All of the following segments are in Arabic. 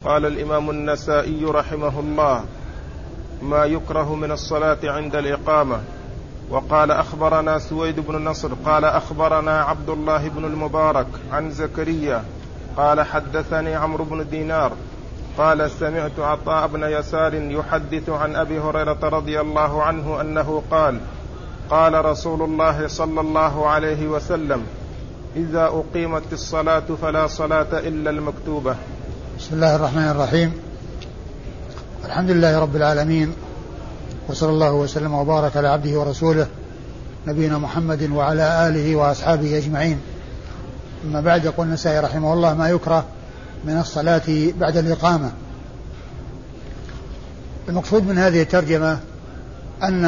قال الإمام النسائي رحمه الله: ما يكره من الصلاة عند الإقامة. وقال أخبرنا سويد بن نصر قال أخبرنا عبد الله بن المبارك عن زكريا قال حدثني عمرو بن دينار قال سمعت عطاء بن يسار يحدث عن أبي هريرة رضي الله عنه أنه قال: قال رسول الله صلى الله عليه وسلم: إذا أقيمت الصلاة فلا صلاة إلا المكتوبة. بسم الله الرحمن الرحيم. الحمد لله رب العالمين، وصلى الله وسلم وبارك على عبده ورسوله نبينا محمد وعلى آله وأصحابه أجمعين. أما بعد، يقول النسائي رحمه الله: ما يكره من الصلاة بعد الإقامة. المقصود من هذه الترجمة أن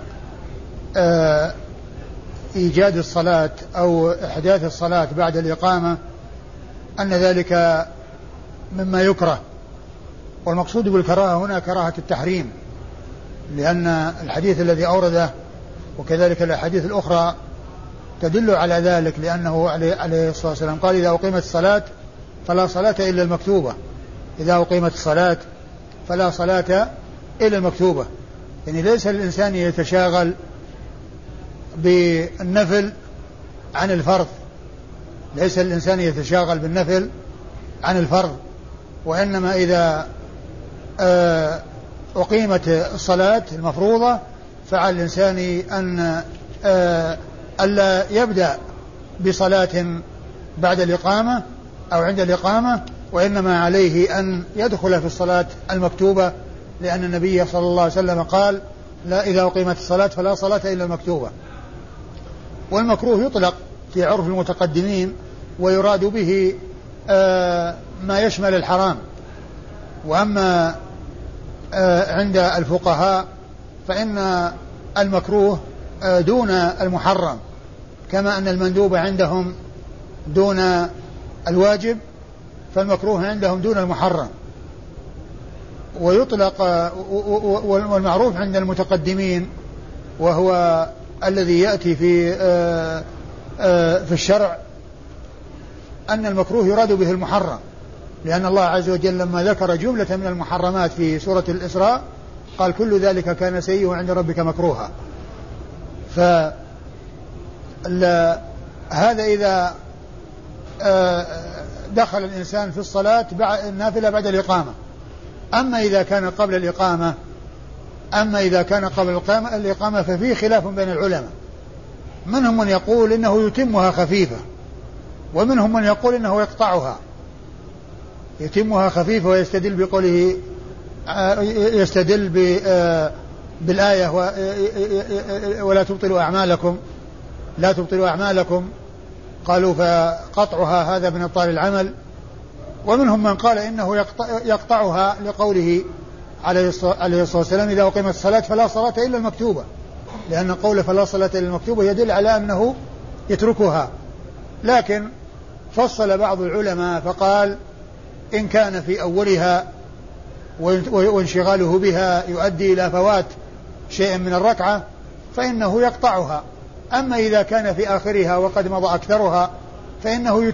إيجاد الصلاة أو إحداث الصلاة بعد الإقامة أن ذلك مما يكره، والمقصود بالكراهة هنا كراهة التحريم، لأن الحديث الذي أورده وكذلك الأحاديث الأخرى تدل على ذلك، لأنه عليه الصلاة والسلام قال: إذا أقيمت الصلاة فلا صلاة إلا المكتوبة. إذا أقيمت الصلاة فلا صلاة إلا المكتوبة، يعني ليس الإنسان يتشاغل بالنفل عن الفرض، ليس الإنسان يتشاغل بالنفل عن الفرض، وإنما إذا أقيمت الصلاة المفروضة فعلى الإنسان أن ألا يبدأ بصلاة بعد الإقامة أو عند الإقامة، وإنما عليه أن يدخل في الصلاة المكتوبة، لأن النبي صلى الله عليه وسلم قال: لا، إذا أقيمت الصلاة فلا صلاة إلا المكتوبة. والمكروه يطلق في عرف المتقدمين ويراد به ما يشمل الحرام، وأما عند الفقهاء فإن المكروه دون المحرم، كما أن المندوب عندهم دون الواجب، فالمكروه عندهم دون المحرم. ويطلق والمعروف عند المتقدمين وهو الذي يأتي في الشرع أن المكروه يراد به المحرم، لأن الله عز وجل لما ذكر جملة من المحرمات في سورة الإسراء قال: كل ذلك كان سيئه عند ربك مكروها. فهذا إذا دخل الإنسان في الصلاة النافلة بعد الإقامة. أما إذا كان قبل الإقامة ففيه خلاف بين العلماء، منهم من يقول إنه يتمها خفيفة، ومنهم من يقول إنه يتمها خفيفة ويستدل بقوله، يستدل بالآية: ولا تبطلوا أعمالكم، لا تبطلوا أعمالكم. قالوا فقطعها هذا من إبطال العمل. ومنهم من قال إنه يقطعها لقوله عليه الصلاة والسلام: إذا أقيمت الصلاة فلا صلاة إلا المكتوبة، لأن قول فلا صلاة إلا المكتوبة يدل على أنه يتركها. لكن فصل بعض العلماء فقال: إن كان في أولها وانشغاله بها يؤدي إلى فوات شيء من الركعة فإنه يقطعها. أما إذا كان في آخرها وقد مضى أكثرها فإنه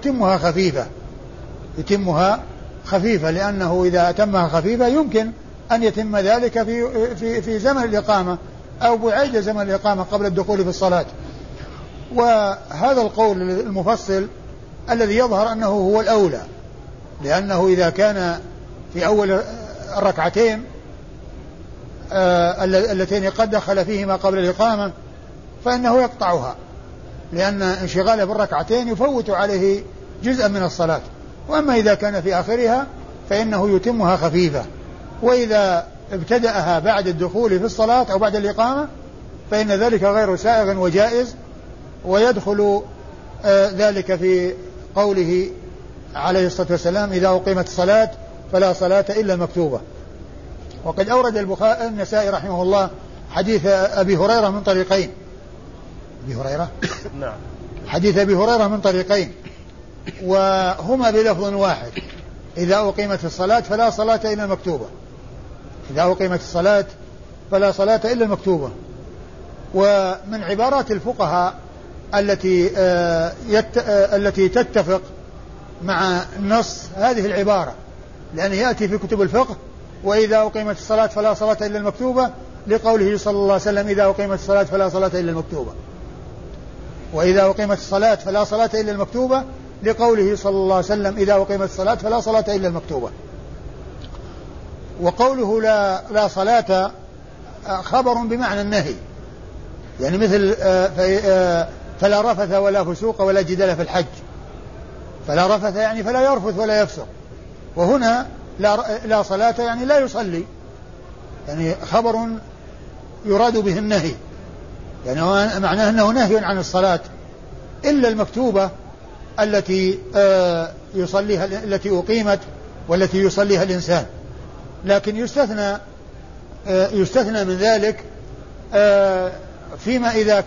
يتمها خفيفة، لأنه إذا أتمها خفيفة يمكن أن يتم ذلك في زمن الإقامة أو بعيد زمن الإقامة قبل الدخول في الصلاة. وهذا القول المفصل الذي يظهر أنه هو الأولى، لأنه إذا كان في أول الركعتين اللتين قد دخل فيهما قبل الإقامة فإنه يقطعها، لأن انشغاله بالركعتين يفوت عليه جزءا من الصلاة. وأما إذا كان في آخرها فإنه يتمها خفيفة، وإذا ابتدأها بعد الدخول في الصلاة أو بعد الإقامة فإن ذلك غير سائغ وجائز، ويدخل ذلك في قوله عليه الصلاة والسلام: إذا أقيمت الصلاة فلا صلاة إلا المكتوبة. وقد أورد النسائي رحمه الله حديث أبي هريرة من طريقين. نعم. حديث أبي هريرة من طريقين، وهما بلفظ واحد: إذا أقيمت الصلاة فلا صلاة إلا المكتوبة. إذا أقيمت الصلاة فلا صلاة إلا المكتوبة. ومن عبارات الفقهاء التي تتفق مع النص هذه العبارة، لأنه يأتي في كتب الفقه وإذا أقيمت الصلاة فلا صلاة إلا المكتوبة، لقوله صلى الله عليه وسلم إذا أقيمت الصلاة فلا صلاة إلا المكتوبة، وإذا أقيمت الصلاة فلا صلاة إلا المكتوبة، لقوله صلى الله عليه وسلم إذا أقيمت الصلاة فلا صلاة إلا المكتوبة. وقوله لا صلاة خبر بمعنى النهي، يعني مثل فلا رفث ولا فسوق ولا جدال في الحج، فلا رفث يعني فلا يرفث ولا يفسق، وهنا لا صلاة يعني لا يصلي، يعني خبر يراد به النهي، يعني معناه أنه نهي عن الصلاة إلا المكتوبة التي يصليها، التي أقيمت والتي يصليها الإنسان. لكن يستثنى من ذلك فيما إذا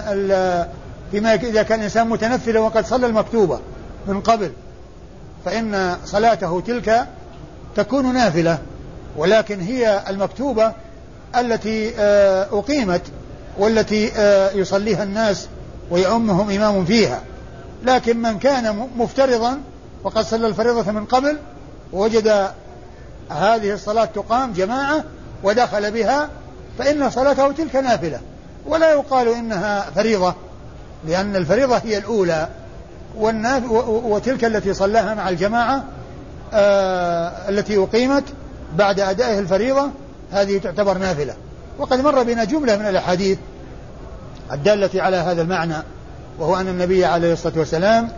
كان الإنسان متنفلا وقد صلى المكتوبة من قبل، فإن صلاته تلك تكون نافلة، ولكن هي المكتوبة التي أقيمت والتي يصليها الناس ويؤمهم إمام فيها. لكن من كان مفترضا وقد صلى الفريضة من قبل ووجد هذه الصلاة تقام جماعة ودخل بها، فإن صلاته تلك نافلة، ولا يقال إنها فريضة، لأن الفريضة هي الأولى، وتلك التي صلاها مع الجماعة التي أقيمت بعد أدائه الفريضة هذه تعتبر نافلة. وقد مر بنا جملة من الأحاديث الدالة على هذا المعنى، وهو أن النبي عليه الصلاة والسلام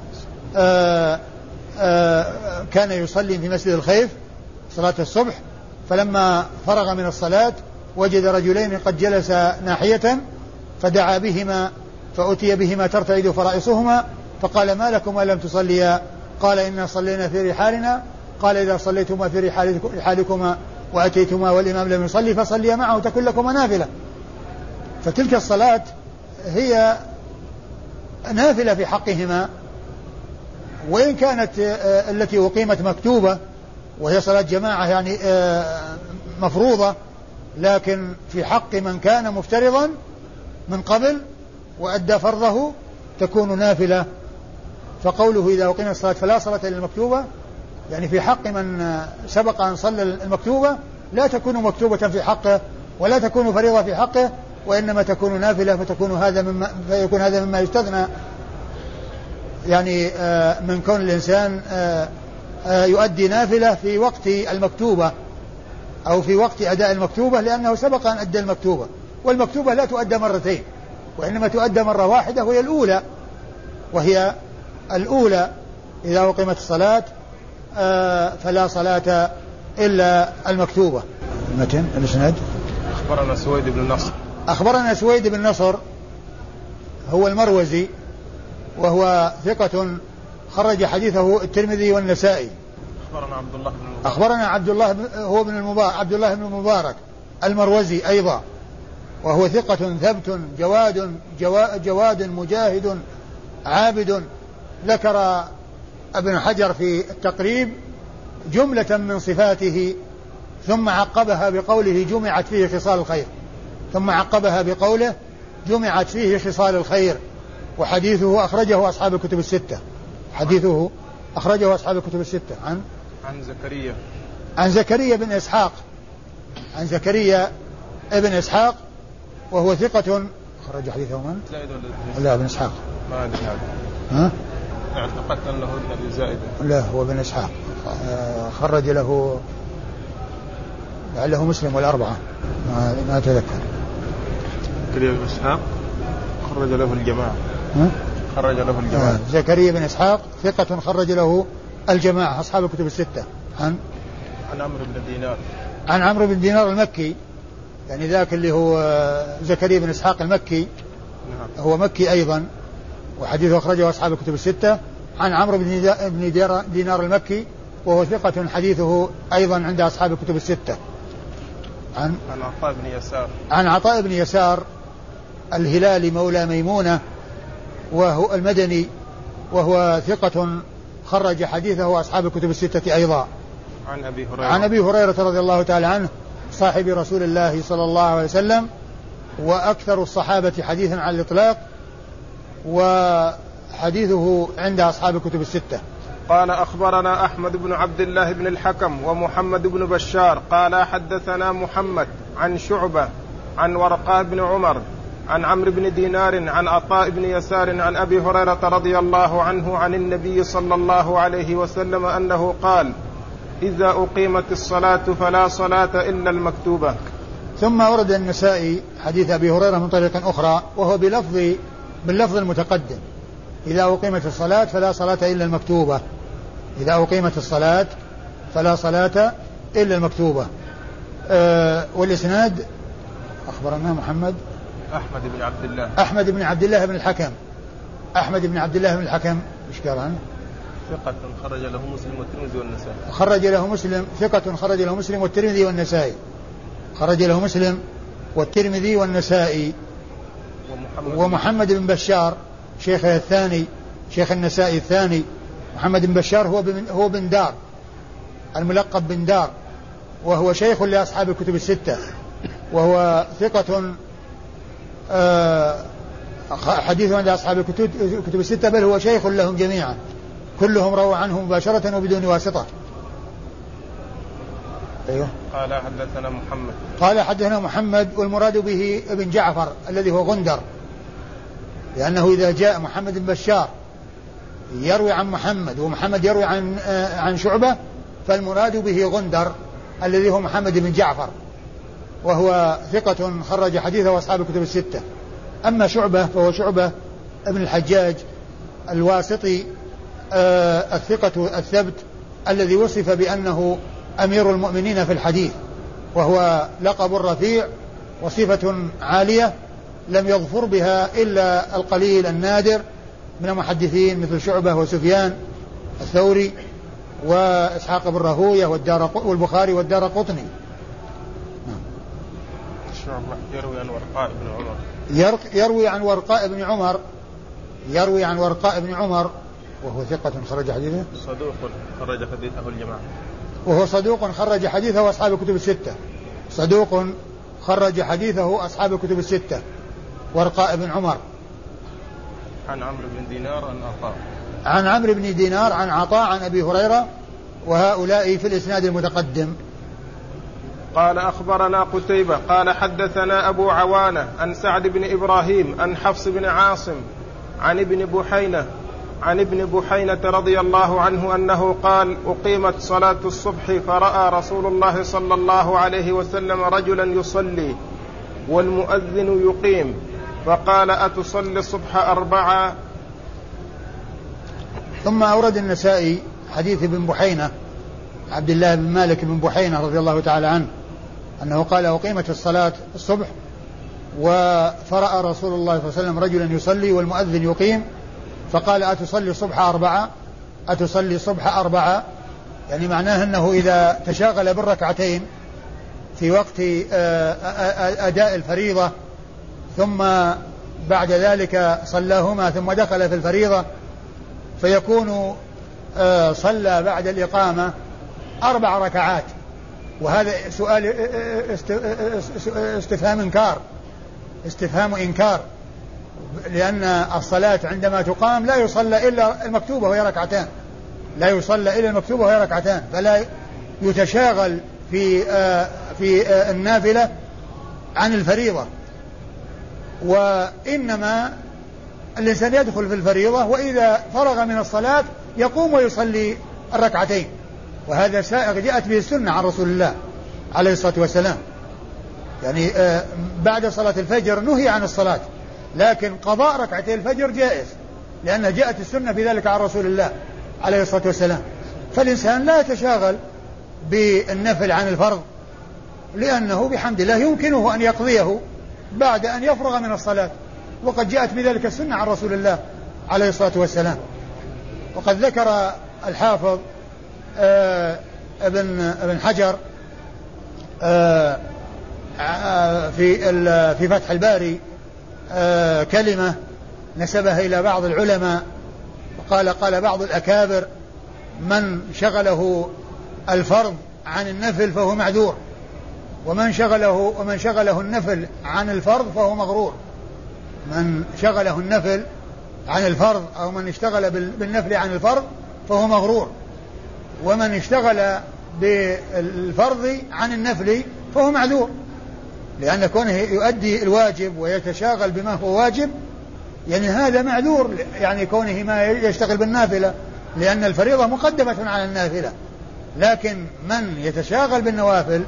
كان يصلي في مسجد الخيف صلاة الصبح، فلما فرغ من الصلاة وجد رجلين قد جلسا ناحية فدعا بهما فأتي بهما ترتعد فرائصهما، فقال ما لكما لم تصليا؟ قال إنا صلينا في رحالنا. قال إذا صليتما في رحالكما وأتيتما والإمام لم يصلي فصليا معه تكن لكما نافلة. فتلك الصلاة هي نافلة في حقهما، وإن كانت التي أقيمت مكتوبة وهي صلاة جماعة يعني مفروضة، لكن في حق من كان مفترضا من قبل وأدى فرضه تكون نافلة. فقوله إذا أقيمت الصلاة فلا صلاة إلا المكتوبة، يعني في حق من سبق أن صلى المكتوبة لا تكون مكتوبة في حقه ولا تكون فريضة في حقه، وإنما تكون نافلة، فيكون هذا مما يستثنى يعني من كون الإنسان يؤدي نافلة في وقت المكتوبة أو في وقت أداء المكتوبة، لأنه سبق أن أدى المكتوبة، والمكتوبة لا تؤدى مرتين وإنما تؤدى مرة واحدة وهي الأولى إذا أقيمت الصلاة فلا صلاة إلا المكتوبة. المتن الإسناد أخبرنا سويد بن نصر هو المروزي وهو ثقة خرج حديثه الترمذي والنسائي. أخبرنا عبد الله بن المبارك المروزي أيضا، وهو ثقة ثبت جواد مجاهد عابد. ذكر ابن حجر في التقريب جملة من صفاته ثم عقبها بقوله جمعت فيه خصال الخير، ثم عقبها بقوله جمعت فيه خصال الخير. وحديثه أخرجه أصحاب الكتب الستة، حديثه أخرجه أصحاب الكتب الستة عن زكريا بن إسحاق، عن زكريا ابن إسحاق وهو ثقة خرج حديثه من؟ لا بن إسحاق ما أدري ها؟ اعتقدت أنه ابن أبي زائدة. لا هو بن إسحاق خرج له لعله مسلم والأربعة ما أتذكر. زكريا بن إسحاق خرج له الجماعة. خرج له الجماعة. زكريا بن إسحاق ثقة خرج له الجماعة أصحاب الكتب الستة. عن عمرو بن دينار. عن عمرو بن دينار المكي، يعني ذاك اللي هو زكريا بن إسحاق المكي. نعم. هو مكي أيضا وحديثه أخرجه أصحاب الكتب الستة. عن عمرو بن دينار المكي وهو ثقة حديثه أيضا عند أصحاب الكتب الستة. عن عطاء بن يسار. عن عطاء بن يسار الهلالي مولى ميمونة وهو المدني، وهو ثقة خرج حديثه أصحاب الكتب الستة أيضا. عن أبي هريرة رضي الله تعالى عنه صاحب رسول الله صلى الله عليه وسلم وأكثر الصحابة حديثا على الإطلاق، وحديثه عند أصحاب الكتب الستة. قال أخبرنا أحمد بن عبد الله بن الحكم ومحمد بن بشار قال حدثنا محمد عن شعبة عن ورقاء بن عمر عن عمرو بن دينار عن عطاء بن يسار عن أبي هريرة رضي الله عنه عن النبي صلى الله عليه وسلم أنه قال: إذا أقيمت الصلاة فلا صلاة إلا المكتوبة. ثم ورد النسائي حديث أبي هريرة من طريق أخرى وهو باللفظ المتقدم: إذا أقيمت الصلاة فلا صلاة إلا المكتوبة. إذا أقيمت الصلاة فلا صلاة إلا المكتوبة. والإسناد أخبرنا أحمد بن عبد الله بن الحكم. أحمد بن عبد الله بن الحكم إيش قال عنه؟ ثقة خرج له مسلم والترمذي والنسائي. خرج له مسلم، ثقة خرج له مسلم والترمذي والنسائي. خرج له مسلم والترمذي والنسائي. ومحمد بن بشار شيخه الثاني، شيخ النسائي الثاني. محمد بن بشار هو بن دار، الملقب بن دار، وهو شيخ لأصحاب الكتب الستة، وهو ثقة حديث عند أصحاب الكتب الستة، بل هو شيخ لهم جميعا، كلهم رووا عنه مباشرة وبدون واسطة. أيوه. قال حدثنا محمد والمراد به ابن جعفر الذي هو غندر، لأنه إذا جاء محمد بن بشار يروي عن محمد ومحمد يروي عن شعبة، فالمراد به غندر الذي هو محمد بن جعفر، وهو ثقة خرج حديثه أصحاب الكتب الستة. أما شعبة فهو شعبة ابن الحجاج الواسطي الثقة الثبت الذي وصف بأنه أمير المؤمنين في الحديث، وهو لقب رفيع وصفة عالية لم يظفر بها إلا القليل النادر من المحدثين مثل شعبة وسفيان الثوري وإسحاق بن راهويه والبخاري والدار قطني. يروي عن ورقاء بن عمر وهو ثقة خرج حديثه. صدوق خرج حديثه أصحاب الكتب الستة. صدوق خرج حديثه أصحاب الكتب الستة. ورقاء بن عمر. عن عمرو بن دينار عن عطاء عن أبي هريرة، وهؤلاء في الإسناد المتقدم. قال أخبرنا قتيبة قال حدثنا أبو عوانة عن سعد بن إبراهيم عن حفص بن عاصم عن ابن بحينة رضي الله عنه أنه قال: أقيمت صلاة الصبح فرأى رسول الله صلى الله عليه وسلم رجلا يصلي والمؤذن يقيم، فقال: أتصلي الصبح 4؟ ثم أورد النسائي حديث ابن بحينة عبد الله بن مالك بن بحينة رضي الله تعالى عنه أنه قال: أقيمت الصلاة الصبح فرأى رسول الله صلى الله عليه وسلم رجلا يصلي والمؤذن يقيم، فقال: أتصلي الصبح 4؟ يعني معناه أنه إذا تشاغل بالركعتين في وقت أداء الفريضة ثم بعد ذلك صلاهما ثم دخل في الفريضة، فيكون صلى بعد الإقامة 4 ركعات. وهذا سؤال استفهام إنكار، لأن الصلاة عندما تقام لا يصلى إلا المكتوبة وهي ركعتان، فلا يتشاغل في النافلة عن الفريضة، وإنما الإنسان يدخل في الفريضة وإذا فرغ من الصلاة يقوم ويصلي الركعتين، وهذا سائغ جاءت به السنة عن رسول الله عليه الصلاة والسلام. يعني بعد صلاة الفجر نهي عن الصلاة، لكن قضاء ركعتي الفجر جائز، لأن جاءت السنة في ذلك عن رسول الله عليه الصلاة والسلام. فالإنسان لا يتشاغل بالنفل عن الفرض، لأنه بحمد الله يمكنه أن يقضيه بعد أن يفرغ من الصلاة، وقد جاءت بذلك السنة عن رسول الله عليه الصلاة والسلام. وقد ذكر الحافظ ابن حجر في فتح الباري كلمة نسبها إلى بعض العلماء، قال بعض الأكابر: من شغله الفرض عن النفل فهو معذور، ومن شغله النفل عن الفرض فهو مغرور. من شغله النفل عن الفرض أو من اشتغل بالنفل عن الفرض فهو مغرور، ومن اشتغل بالفرض عن النفل فهو معذور، لأن كونه يؤدي الواجب ويتشاغل بما هو واجب يعني هذا معذور، يعني كونه ما يشتغل بالنافلة، لأن الفريضة مقدمة على النافلة. لكن من يتشاغل بالنوافل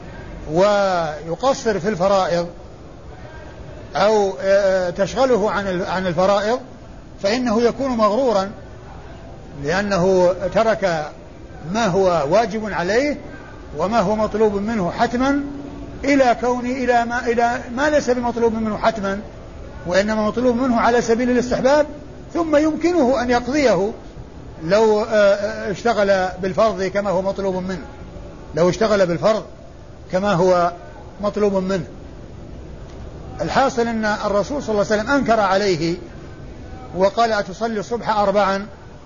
ويقصر في الفرائض أو تشغله عن الفرائض فإنه يكون مغرورا، لأنه ترك ما هو واجب عليه وما هو مطلوب منه حتما إلى ما ليس بمطلوب منه حتما، وإنما مطلوب منه على سبيل الاستحباب، ثم يمكنه أن يقضيه لو اشتغل بالفرض كما هو مطلوب منه، لو اشتغل بالفرض كما هو مطلوب منه. الحاصل أن الرسول صلى الله عليه وسلم أنكر عليه وقال أتصلي الصبح 4،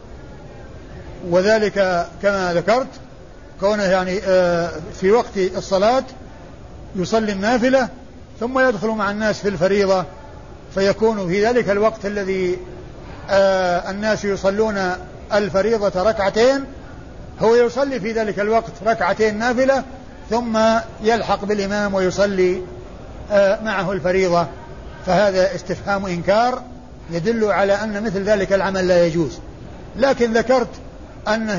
وذلك كما ذكرت كونه يعني في وقت الصلاة يصلي النافلة ثم يدخل مع الناس في الفريضة، فيكون في ذلك الوقت الذي الناس يصلون الفريضة ركعتين هو يصلي في ذلك الوقت ركعتين نافلة ثم يلحق بالإمام ويصلي معه الفريضة. فهذا استفهام إنكار يدل على أن مثل ذلك العمل لا يجوز. لكن ذكرت أنه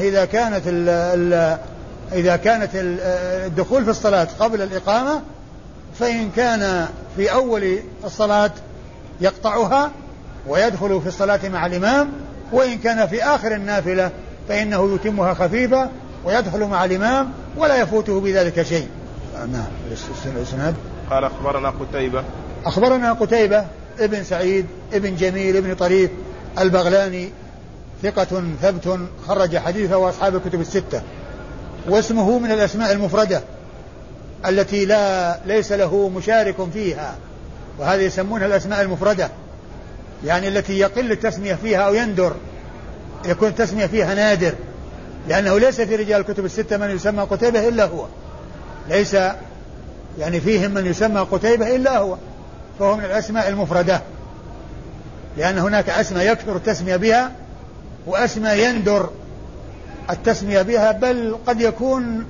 إذا كانت الدخول في الصلاة قبل الإقامة فإن كان في أول الصلاة يقطعها ويدخل في الصلاة مع الإمام، وإن كان في آخر النافلة فإنه يتمها خفيفة ويدخل مع الإمام ولا يفوته بذلك شيء. نعم. الإسناد قال أخبرنا قتيبة ابن سعيد ابن جميل ابن طريف البغلاني ثقة ثبت خرج حديثه وأصحاب الكتب الستة، واسمه من الأسماء المفردة التي ليس له مشارك فيها، وهذه يسمونها الأسماء المفردة، يعني التي يقل التسمية فيها أو يندر، يكون التسمية فيها نادر، لأنه ليس في رجال الكتب الستة من يسمى قتيبة إلا هو، ليس يعني فيهم من يسمى قتيبة إلا هو، فهو من الأسماء المفردة، لأن هناك أسماء يكثر التسمية بها وأسماء يندر التسمية بها، بل قد يكون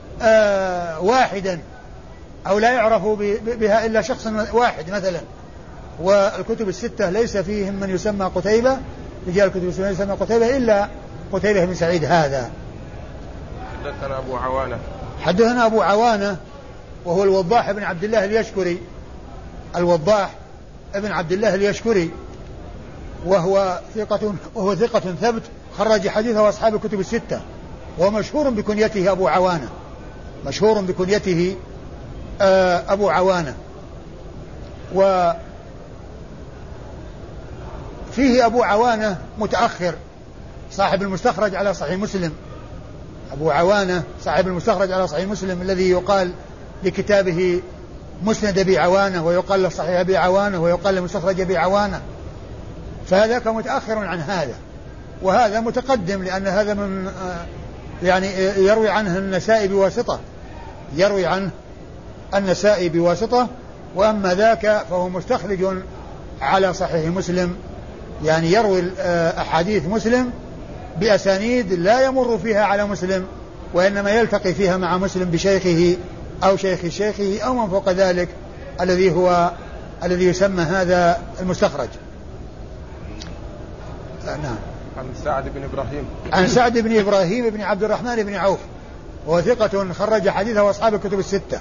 واحدا أو لا يعرف بها إلا شخص واحد مثلا. والكتب الستة ليس فيهم من يسمى قتيبة، رجال الكتب الستة يسمى قتيبة إلا قتيبة بن سعيد هذا. حدثنا أبو عوانة وهو الوضاح بن عبد الله اليشكري، الوضاح ابن عبد الله اليشكري، وهو ثقة ثبت خرج حديثه أصحاب الكتب الستة، ومشهور بكنيته أبو عوانة، مشهور بكنيته أبو عوانة. وفيه أبو عوانة متأخر صاحب المستخرج على صحيح مسلم، أبو عوانة صاحب المستخرج على صحيح مسلم الذي يقال لكتابه مسند أبي عوانة ويقال لصحيح أبي عوانة ويقال لمستخرج أبي عوانة، فهذاك متأخر عن هذا، وهذا متقدم، لأن هذا من يعني يروي عنه النسائي بواسطة، يروي عنه النسائي بواسطة، وأما ذاك فهو مستخرج على صحيح مسلم، يعني يروي أحاديث مسلم بأسانيد لا يمر فيها على مسلم، وإنما يلتقي فيها مع مسلم بشيخه أو شيخ شيخه أو من فوق ذلك الذي يسمى هذا المستخرج. نعم. عن سعد بن إبراهيم بن عبد الرحمن بن عوف، وهو ثقة خرج حديثه أصحاب الكتب الستة.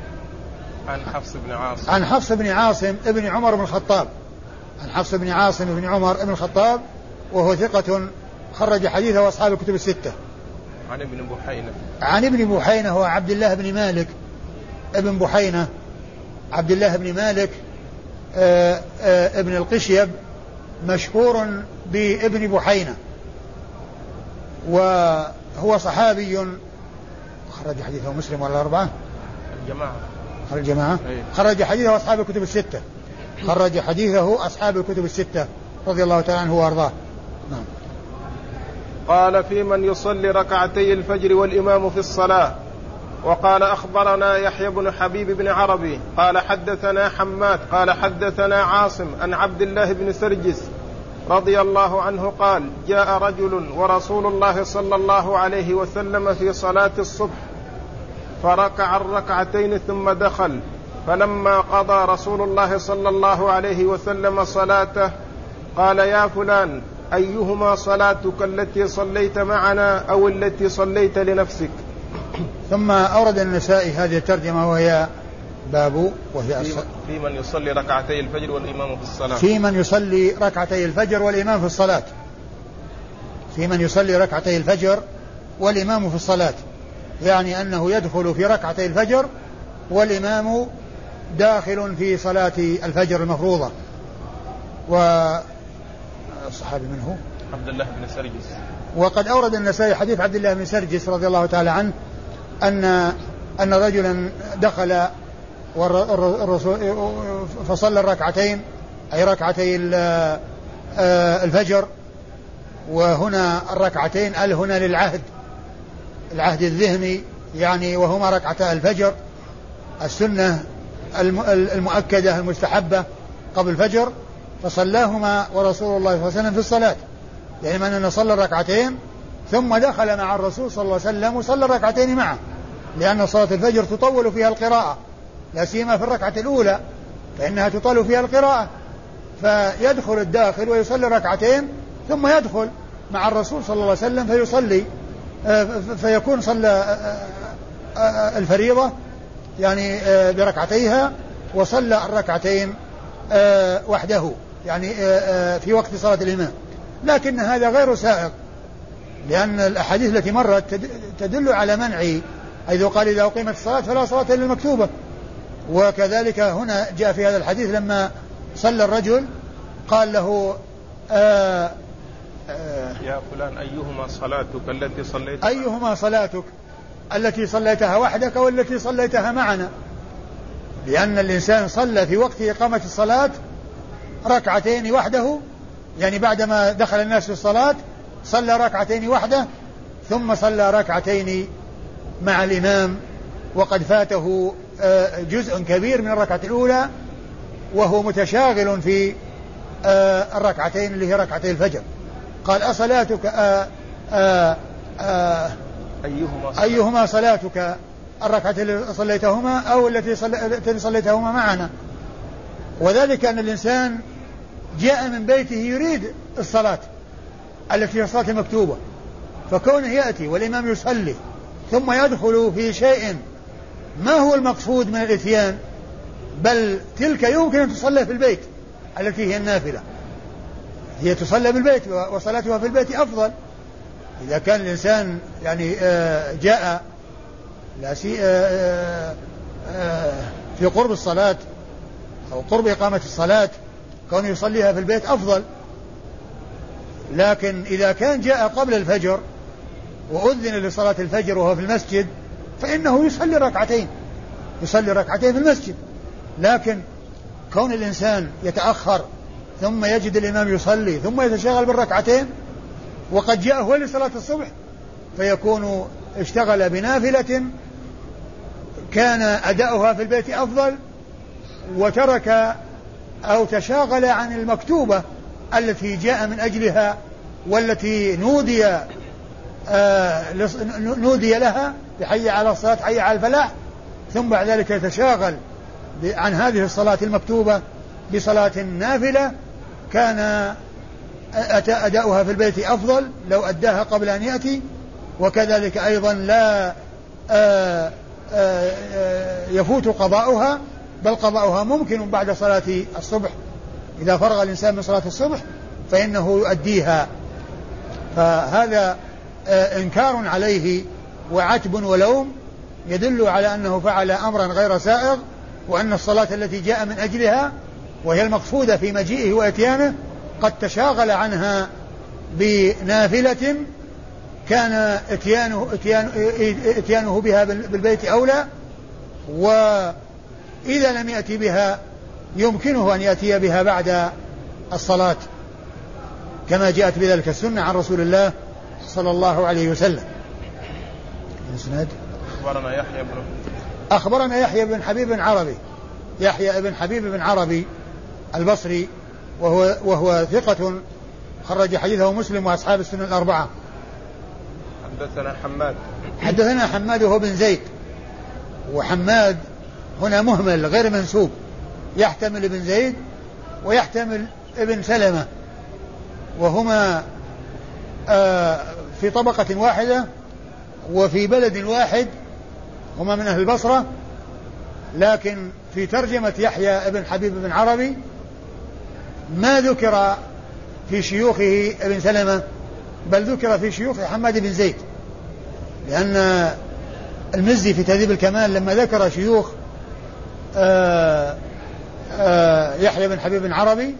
عن حفص بن عاصم ابن عمر بن الخطاب، عن حفص بن عاصم بن عمر بن الخطاب، وهو ثقة خرج حديثه أصحاب الكتب الستة. عن ابن بحينة هو عبد الله بن مالك ابن بحينة، عبد الله بن مالك ابن القشيب، مشهور بابن بحينة، وهو صحابي خرج حديثه مسلم ولا أربعة؟ الجماعة خرج حديثه أصحاب الكتب الستة، خرج حديثه أصحاب الكتب الستة رضي الله تعالى عنه وأرضاه. نعم. قال في من يصلي ركعتي الفجر والإمام في الصلاة. وقال أخبرنا يحيى بن حبيب بن عربي قال حدثنا حماد قال حدثنا عاصم عن عبد الله بن سرجس رضي الله عنه قال: جاء رجل ورسول الله صلى الله عليه وسلم في صلاة الصبح فركع الركعتين ثم دخل، فلما قضى رسول الله صلى الله عليه وسلم صلاته قال: يا فلان، أيهما صلاتك التي صليت معنا أو التي صليت لنفسك؟ ثم أورد النسائي هذه الترجمة وهي باب في من يصلي ركعتي الفجر والإمام في الصلاة. في من يصلي ركعتي الفجر والإمام في الصلاة. في من يصلي ركعتي الفجر والإمام في الصلاة، يعني أنه يدخل في ركعتي الفجر والإمام داخل في صلاة الفجر المفروضة. والصحابي منه عبد الله بن سرجس. وقد أورد النسائي حديث عبد الله بن سرجس رضي الله تعالى عنه أن رجلا دخل فصلى الركعتين، أي ركعتي الفجر. وهنا الركعتين هنا للعهد، العهد الذهني يعني، وهما ركعتا الفجر السنة المؤكدة المستحبة قبل الفجر، فصلاهما ورسول الله صلى الله عليه وسلم في الصلاة، يعني أنه صلى الركعتين ثم دخل مع الرسول صلى الله عليه وسلم وصلى الركعتين معه، لأن صلاة الفجر تطول فيها القراءة، لا سيما في الركعة الأولى فإنها تطول فيها القراءة، فيدخل الداخل ويصلي ركعتين ثم يدخل مع الرسول صلى الله عليه وسلم فيصلي، فيكون صلى الفريضة يعني بركعتيها، وصلى الركعتين وحده يعني في وقت صلاة الإمام. لكن هذا غير سائغ، لأن الأحاديث التي مرت تدل على منعه، حيث قال: إذا أقيمت الصلاة فلا صلاة إلا المكتوبة. وكذلك هنا جاء في هذا الحديث لما صلى الرجل قال له: يا فلان، أيهما صلاتك التي صليتها؟ أيهما صلاتك التي صليتها وحدك والتي صليتها معنا؟ لأن الإنسان صلى في وقت إقامة الصلاة ركعتين وحده، يعني بعدما دخل الناس في الصلاة صلى ركعتين وحده، ثم صلى ركعتين مع الإمام، وقد فاته جزء كبير من الركعة الأولى وهو متشاغل في الركعتين اللي هي ركعتي الفجر. قال: أصلاتك أيهما صلاتك، الركعتين التي صليتهما أو التي صليتهما معنا؟ وذلك أن الإنسان جاء من بيته يريد الصلاة التي هي الصلاة المكتوبة، فكونه يأتي والإمام يصلي ثم يدخل في شيء ما هو المقصود من الإتيان، بل تلك يمكن أن تصلى في البيت التي هي النافلة، هي تصلى بالبيت وصلاتها في البيت أفضل. إذا كان الإنسان يعني جاء في قرب الصلاة أو قرب إقامة الصلاة، كونه يصليها في البيت أفضل. لكن إذا كان جاء قبل الفجر وأذن لصلاة الفجر وهو في المسجد فإنه يصلي ركعتين في المسجد. لكن كون الإنسان يتأخر ثم يجد الإمام يصلي ثم يتشغل بالركعتين وقد جاء هو لصلاة الصبح، فيكون اشتغل بنافلة كان أداؤها في البيت أفضل، وترك أو تشاغل عن المكتوبة التي جاء من أجلها والتي نودي لها بحي على الصلاة حي على الفلاح، ثم بعد ذلك يتشاغل عن هذه الصلاة المكتوبة بصلاة نافلة كان أداؤها في البيت أفضل لو أداها قبل أن يأتي. وكذلك أيضا لا يفوت قضاؤها، بل قضاؤها ممكن بعد صلاة الصبح، إذا فرغ الإنسان من صلاة الصبح فإنه يؤديها. فهذا إنكار عليه وعتب ولوم يدل على أنه فعل أمرا غير سائغ، وأن الصلاة التي جاء من أجلها وهي المقصودة في مجيئه وإتيانه قد تشاغل عنها بنافلة كان إتيانه بها بالبيت أولى، وإذا لم يأتي بها يمكنه أن يأتي بها بعد الصلاة كما جاءت بذلك السنة عن رسول الله صلى الله عليه وسلم. أخبرنا يحيى بن حبيب بن عربي، يحيى بن حبيب بن عربي البصري، وهو ثقة خرج حديثه مسلم وأصحاب السنن الأربعة. حدثنا حماد وهو بن زيد، وحماد هنا مهمل غير منسوب، يحتمل ابن زيد ويحتمل ابن سلمة، وهما في طبقة واحدة وفي بلد واحد، هما من أهل البصرة، لكن في ترجمة يحيى ابن حبيب بن عربي ما ذكر في شيوخه ابن سلمة، بل ذكر في شيوخ حماد بن زيد، لأن المزي في تهذيب الكمال لما ذكر شيوخ يحيى بن حبيب بن عربي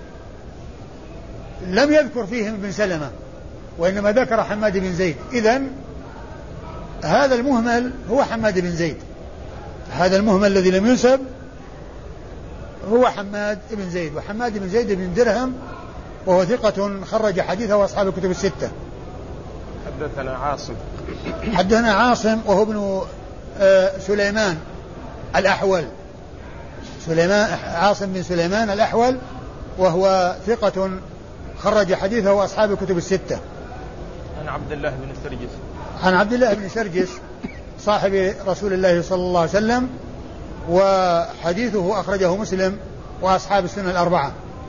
لم يذكر فيهم ابن سلمة، وإنما ذكر حماد بن زيد. إذن هذا المهمل هو حماد بن زيد، هذا المهمل الذي لم ينسب هو حماد بن زيد. وحماد بن زيد بن درهم وهو ثقة خرج حديثه وأصحاب الكتب الستة. حدثنا عاصم وهو ابن سليمان الأحول، عاصم بن سليمان الأحول، وهو ثقة خرج حديثه وأصحاب الكتب الستة. عن عبد الله بن سرجس صاحب رسول الله صلى الله عليه وسلم، وحديثه أخرجه مسلم وأصحاب السنن الأربعة.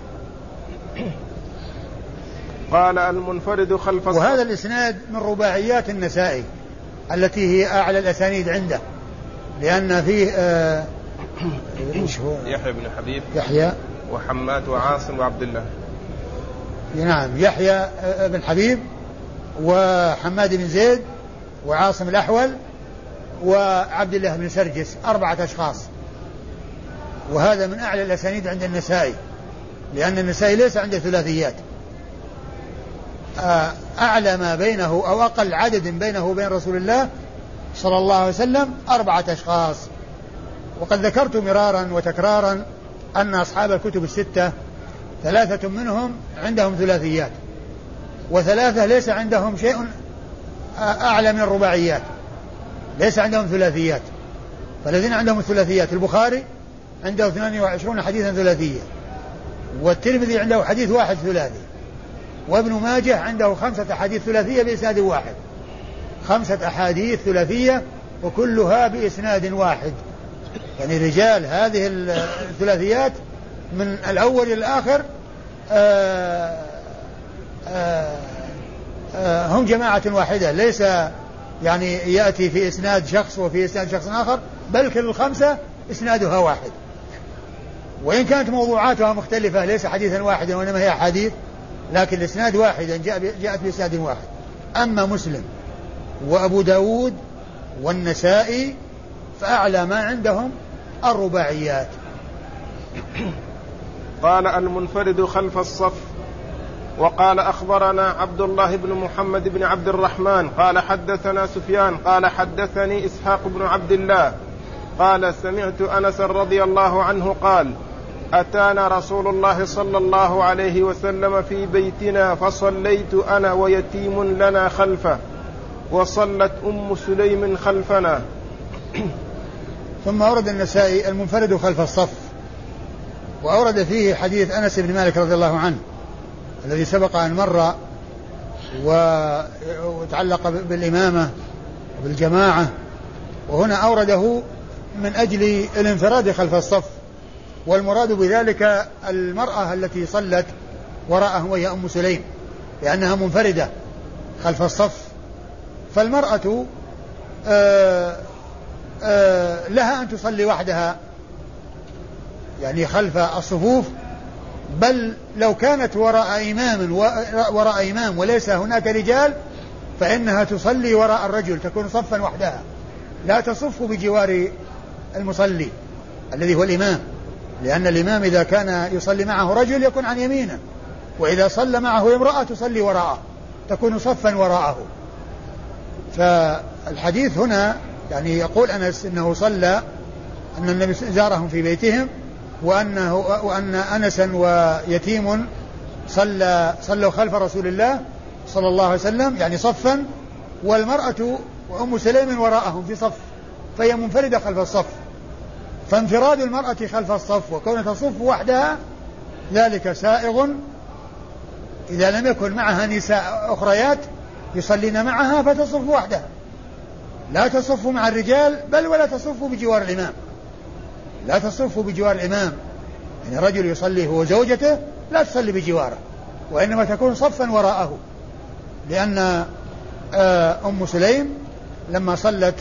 قال المنفرد خلف الصف. وهذا الإسناد من رباعيات النسائي التي هي أعلى الأسانيد عنده، لأن فيه يحيى بن حبيب، يحيى وحماد وعاصم وعبد الله. نعم، يحيى بن حبيب وحماد بن زيد وعاصم الأحول وعبد الله بن سرجس، 4 أشخاص. وهذا من أعلى الأسانيد عند النسائي، لأن النسائي ليس عنده ثلاثيات. أعلى ما بينه أو أقل عدد بينه وبين رسول الله صلى الله عليه وسلم 4 أشخاص. وقد ذكرت مرارا وتكرارا أن أصحاب الكتب الستة 3 منهم عندهم ثلاثيات، و3 ليس عندهم شيء أعلى من الرباعيات، ليس عندهم ثلاثيات. فالذين عندهم الثلاثيات البخاري عنده 22 حديثا ثلاثية، والترمذي عنده حديث واحد ثلاثي، وابن ماجه عنده 5 أحاديث ثلاثية بإسناد واحد، 5 أحاديث ثلاثية وكلها بإسناد واحد. يعني رجال هذه الثلاثيات من الأول إلى الآخر هم جماعة واحدة، ليس يعني يأتي في إسناد شخص وفي إسناد شخص آخر، بل كل 5 إسنادها واحد، وإن كانت موضوعاتها مختلفة، ليس حديثا واحدا وإنما هي حديث، لكن الإسناد واحدا جاءت بإسناد واحد. أما مسلم وأبو داود والنسائي فأعلى ما عندهم الرباعيات. قال المنفرد خلف الصف. وقال أخبرنا عبد الله بن محمد بن عبد الرحمن قال حدثنا سفيان قال حدثني إسحاق بن عبد الله قال سمعت أنس رضي الله عنه قال أتانا رسول الله صلى الله عليه وسلم في بيتنا فصليت أنا ويتيم لنا خلفه وصلت أم سليم خلفنا. ثم أورد النسائي المنفرد خلف الصف، وأورد فيه حديث أنس بن مالك رضي الله عنه الذي سبق أن مر وتعلق بالإمامة وبالجماعة، وهنا أورده من أجل الانفراد خلف الصف، والمراد بذلك المرأة التي صلت وراءهم وهي أم سليم، لأنها منفردة خلف الصف. فالمرأة لها أن تصلي وحدها يعني خلف الصفوف، بل لو كانت وراء إمام وليس هناك رجال فإنها تصلي وراء الرجل، تكون صفا وحدها، لا تصف بجوار المصلي الذي هو الإمام، لأن الإمام إذا كان يصلي معه رجل يكون عن يمينه، وإذا صلى معه امرأة تصلي وراءه تكون صفا وراءه. فالحديث هنا يعني يقول أنس إنه صلى، أن النبي زارهم في بيتهم، وأن أنسا ويتيم صلوا خلف رسول الله صلى الله عليه وسلم يعني صفا، والمرأة وأم سليم وراءهم في صف، فهي منفردة خلف الصف. فانفراد المرأة خلف الصف وكونها تصف وحدها ذلك سائغ إذا لم يكن معها نساء أخريات يصلين معها فتصف وحدها، لا تصف مع الرجال، بل ولا تصف بجوار الإمام، لا تصف بجوار الإمام. يعني رجل يصلي هو زوجته لا تصلي بجواره، وإنما تكون صفا وراءه، لأن أم سليم لما صلت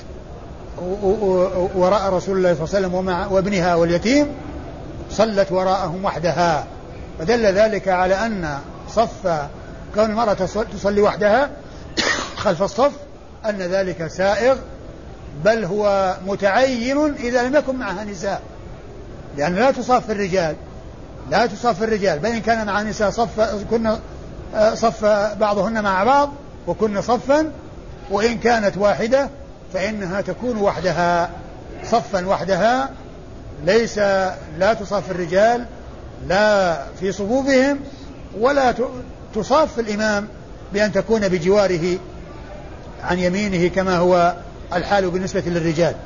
وراء رسول الله صلى الله عليه وسلم وابنها واليتيم صلت وراءهم وحدها، فدل ذلك على أن صف كون المرأة تصلي وحدها خلف الصف أن ذلك سائغ، بل هو متعين إذا لم يكن معها نساء، لأن لا تصاف في الرجال، لا تصاف في الرجال، بل إن كان مع نساء كنا صف بعضهن مع بعض وكنا صفا، وإن كانت واحدة فإنها تكون وحدها صفا وحدها، ليس لا تصاف الرجال لا في صفوفهم، ولا تصاف الإمام بأن تكون بجواره عن يمينه كما هو الحال بالنسبة للرجال.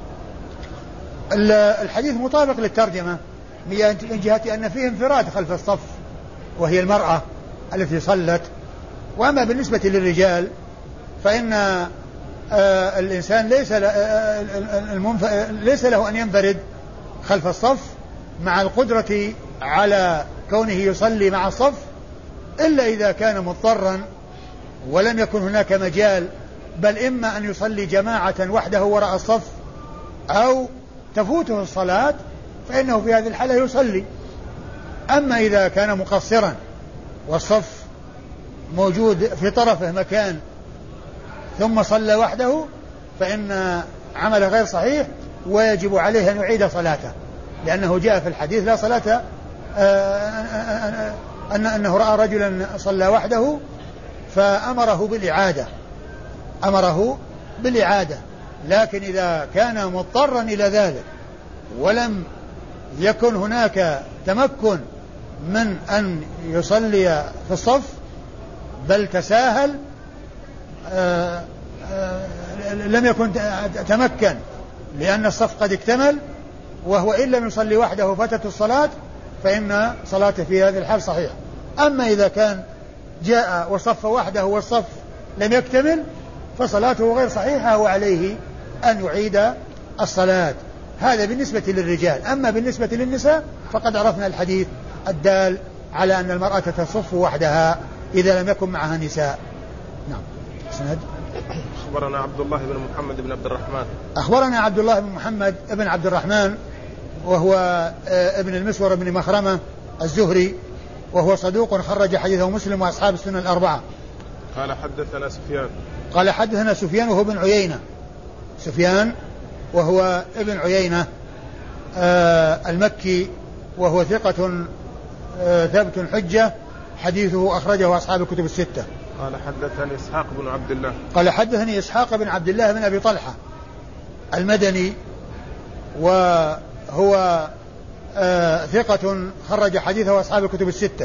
الحديث مطابق للترجمة من جهة أن فيه انفراد خلف الصف وهي المرأة التي صلت. وأما بالنسبة للرجال فإن الإنسان ليس له أن ينفرد خلف الصف مع القدرة على كونه يصلي مع الصف، إلا إذا كان مضطرا ولم يكن هناك مجال، بل إما أن يصلي جماعة وحده وراء الصف أو تفوته الصلاة، فإنه في هذه الحالة يصلي. أما إذا كان مقصرا والصف موجود في طرفه مكان ثم صلى وحده فإن عمله غير صحيح، ويجب عليه أن يعيد صلاته، لأنه جاء في الحديث لا صلاة أنه رأى رجلا صلى وحده فأمره بالإعادة، لكن إذا كان مضطرا إلى ذلك ولم يكن هناك تمكن من أن يصلي في الصف بل تساهل، لم يكن تمكن لأن الصف قد اكتمل، وهو إن لم يصلي وحده فاتت الصلاة، فإن صلاته في هذه الحال صحيحة. أما إذا كان جاء وصف وحده والصف لم يكتمل فصلاته غير صحيحة وعليه أن يعيد الصلاة. هذا بالنسبة للرجال. أما بالنسبة للنساء فقد عرفنا الحديث الدال على أن المرأة تصف وحدها إذا لم يكن معها نساء. نعم. سند. أخبرنا عبد الله بن محمد بن عبد الرحمن. أخبرنا عبد الله بن محمد بن عبد الرحمن وهو ابن المسور بن مخرمة الزهري، وهو صدوق خرج حديثه مسلم وأصحاب السنن الأربعة. قال حدثنا سفيان. قال حدثنا سفيان وهو ابن عيينة، سفيان وهو ابن عيينة المكي، وهو ثقة ثبت حجة، حديثه أخرجه أصحاب الكتب الستة. قال حدثني إسحاق بن عبد الله. قال حدثني إسحاق بن عبد الله بن أبي طلحة المدني، وهو ثقة خرج حديثه أصحاب الكتب الستة.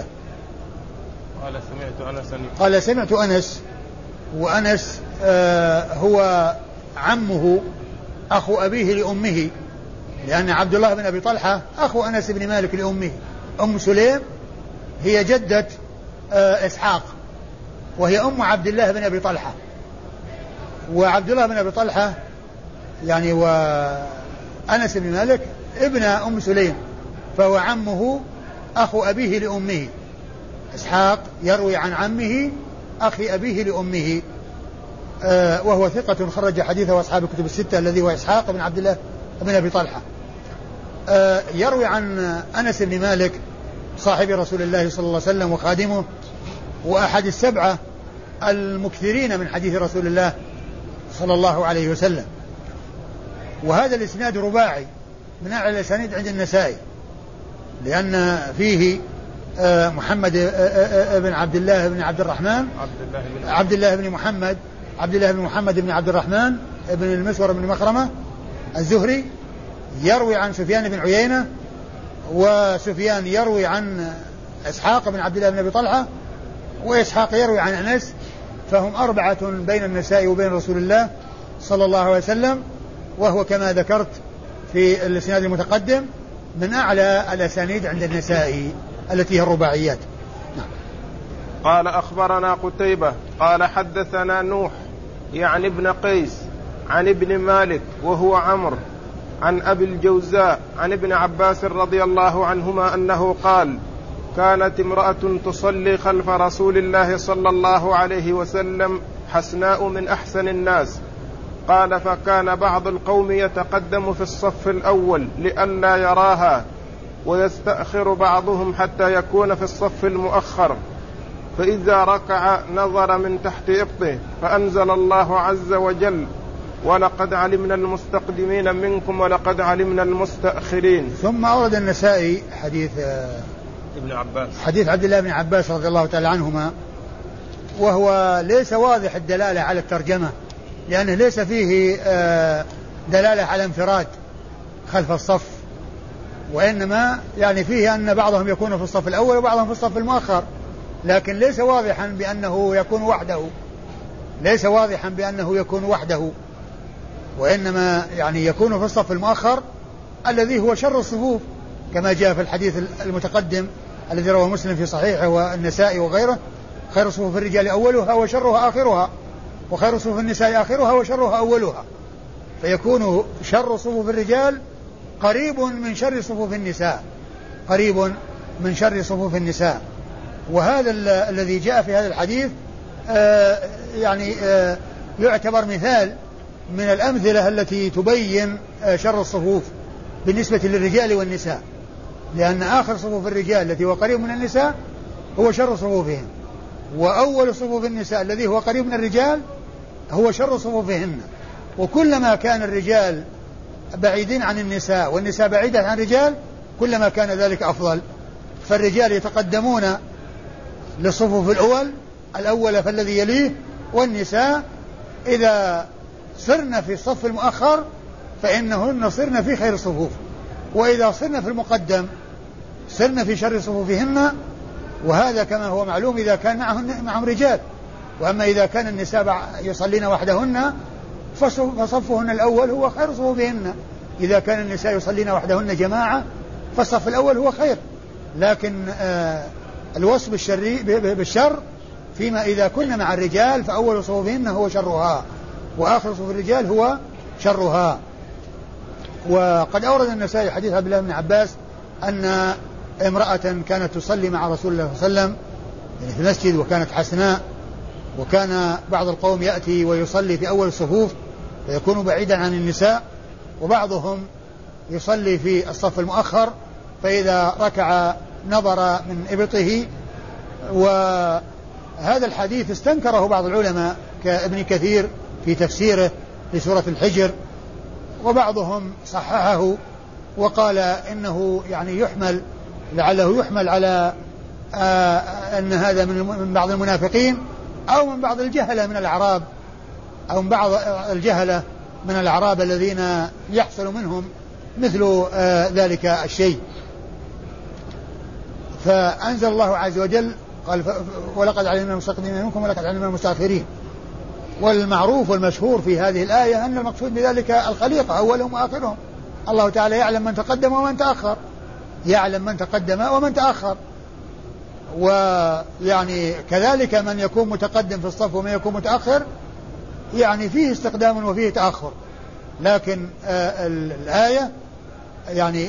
قال سمعت أنس، وأنس هو عمه أخو أبيه لأمه، لأن عبد الله بن أبي طلحة أخو أنس بن مالك لأمه. أم سليم هي جدة إسحاق، وهي أم عبد الله بن أبي طلحة، وعبد الله بن أبي طلحة يعني وأنس بن مالك ابن أم سليم، فهو عمه أخو أبيه لأمه. إسحاق يروي عن عمه أخي أبيه لأمه، وهو ثقة خرج حديثه أصحاب الكتب الستة، الذي هو إسحاق بن عبد الله بن أبي طلحة. يروي عن أنس بن مالك صاحب رسول الله صلى الله عليه وسلم وخادمه، وأحد السبعة المكثرين من حديث رسول الله صلى الله عليه وسلم. وهذا الإسناد رباعي من أعلى الأسانيد عند النسائي، لأن فيه محمد بن عبد الله بن عبد الرحمن، عبد الله بن محمد بن عبد الرحمن بن المسور بن مخرمة الزهري، يروي عن سفيان بن عيينة، وسفيان يروي عن إسحاق بن عبد الله بن أبي طلحة، وإسحاق يروي عن أنس، فهم أربعة بين النسائي وبين رسول الله صلى الله عليه وسلم، وهو كما ذكرت في الإسناد المتقدم من أعلى الأسانيد عند النسائي التي هي الرباعيات. نعم. قال أخبرنا قتيبة قال حدثنا نوح يعني ابن قيس عن ابن مالك وهو عمرو عن أبي الجوزاء عن ابن عباس رضي الله عنهما أنه قال كانت امرأة تصلي خلف رسول الله صلى الله عليه وسلم حسناء من أحسن الناس. قال فكان بعض القوم يتقدم في الصف الأول لئلا يراها ويستأخر بعضهم حتى يكون في الصف المؤخر، فإذا ركع نظر من تحت إبطه فأنزل الله عز وجل ولقد علمنا المستقدمين منكم ولقد علمنا المستأخرين. ثم أورد النسائي حديث عبد الله بن عباس رضي الله تعالى عنهما، وهو ليس واضح الدلالة على الترجمة لأنه ليس فيه دلالة على انفراد خلف الصف، وإنما يعني فيه أن بعضهم يكون في الصف الأول وبعضهم في الصف المؤخر، لكن ليس واضحا بأنه يكون وحده، وإنما يعني يكون في الصف المؤخر الذي هو شر الصفوف كما جاء في الحديث المتقدم الذي رواه مسلم في صحيحه والنسائي وغيره: خير صفوف الرجال أولها وشرها آخرها، وخير صفوف النساء آخرها وشرها أولها، فيكون شر صفوف الرجال قريب من شر صفوف النساء. وهذا الذي جاء في هذا الحديث يعتبر مثال من الأمثلة التي تبين شر الصفوف بالنسبة للرجال والنساء، لأن آخر صفوف الرجال التي هو قريب من النساء هو شر صفوفهم، وأول صفوف النساء الذي هو قريب من الرجال هو شر صفوفهن. وكلما كان الرجال بعيدين عن النساء والنساء بعيدة عن الرجال كلما كان ذلك أفضل، فالرجال يتقدمون للصفوف الأول فالذي يليه، والنساء إذا صرنا في الصف المؤخر فإنهن صرنا في خير الصفوف، وإذا صرنا في المقدم صرنا في شر صفوفهن، وهذا كما هو معلوم إذا كان معهم رجال. وأما إذا كان النساء يصلين وحدهن فصفهن الأول هو خير صفوفهن، إذا كان النساء يصلين وحدهن جماعة فالصف الأول هو خير. لكن الوصف بالشر فيما إذا كنا مع الرجال فأول صفوفهن هو شرها وآخر صفوف الرجال هو شرها. وقد أورد النسائي حديث عبد الله بن عباس أن امرأة كانت تصلي مع رسول الله صلى الله عليه وسلم في المسجد وكانت حسناء، وكان بعض القوم يأتي ويصلي في أول الصفوف فيكون بعيدا عن النساء، وبعضهم يصلي في الصف المؤخر فإذا ركع نظر من إبطه. وهذا الحديث استنكره بعض العلماء كابن كثير في تفسيره لسورة الحجر، وبعضهم صححه وقال إنه لعله يحمل على أن هذا من بعض المنافقين أو من بعض الجهلة من الأعراب، أو من بعض الجهلة من الأعراب الذين يحصل منهم مثل ذلك الشيء. فأنزل الله عز وجل قال ولقد علمنا المستقدمين منكم ولقد علمنا المستأخرين. والمعروف والمشهور في هذه الآية أن المقصود بذلك الخليقة أولهم وآخرهم. الله تعالى يعلم من تقدم ومن تأخر، ويعني كذلك من يكون متقدم في الصف ومن يكون متأخر يعني فيه استقدام وفيه تأخر. لكن الآية يعني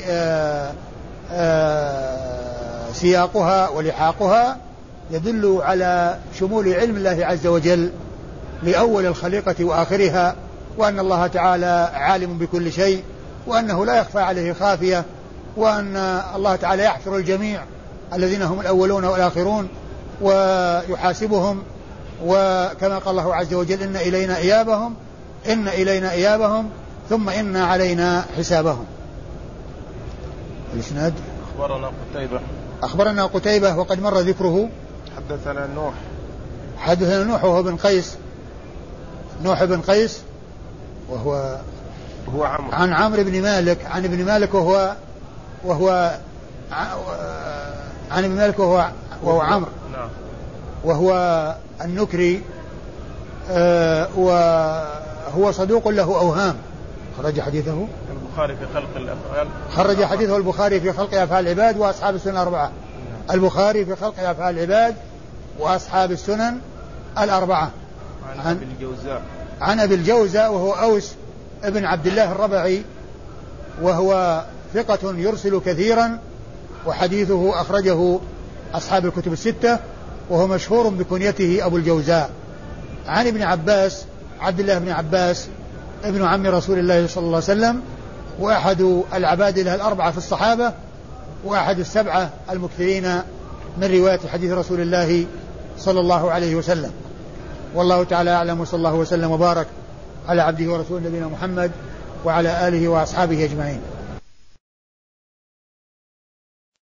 سياقها ولحاقها يدل على شمول علم الله عز وجل لأول الخليقة وآخرها، وأن الله تعالى عالم بكل شيء، وأنه لا يخفى عليه خافية، وأن الله تعالى يحشر الجميع الذين هم الأولون والآخرون ويحاسبهم. وكما قال الله عز وجل إن إلينا إيابهم ثم إن علينا حسابهم. الإسناد أخبرنا قتيبة وقد مر ذكره. حدثنا نوح وهو بن قيس وهو عن عمرو بن مالك عن ابن مالك وهو عمرو وهو النكري، وهو صدوق له أوهام. خرج حديثه البخاري في خلق أفعال العباد وأصحاب السنة الأربعة. البخاري في خلق أفعال العباد وأصحاب السنن الأربعة. عن أبي الجوزاء وهو أوس ابن عبد الله الربعي، وهو ثقة يرسل كثيرا، وحديثه أخرجه أصحاب الكتب الستة، وهو مشهور بكنيته أبو الجوزاء. عن ابن عباس عبد الله بن عباس ابن عم رسول الله صلى الله عليه وسلم، وأحد العبادلة الأربعة في الصحابة، وأحد السبعة المكثرين من رواية حديث رسول الله صلى الله عليه وسلم. والله تعالى أعلم، وصلى الله وسلم وبارك على عبده ورسوله نبينا محمد وعلى آله وأصحابه أجمعين.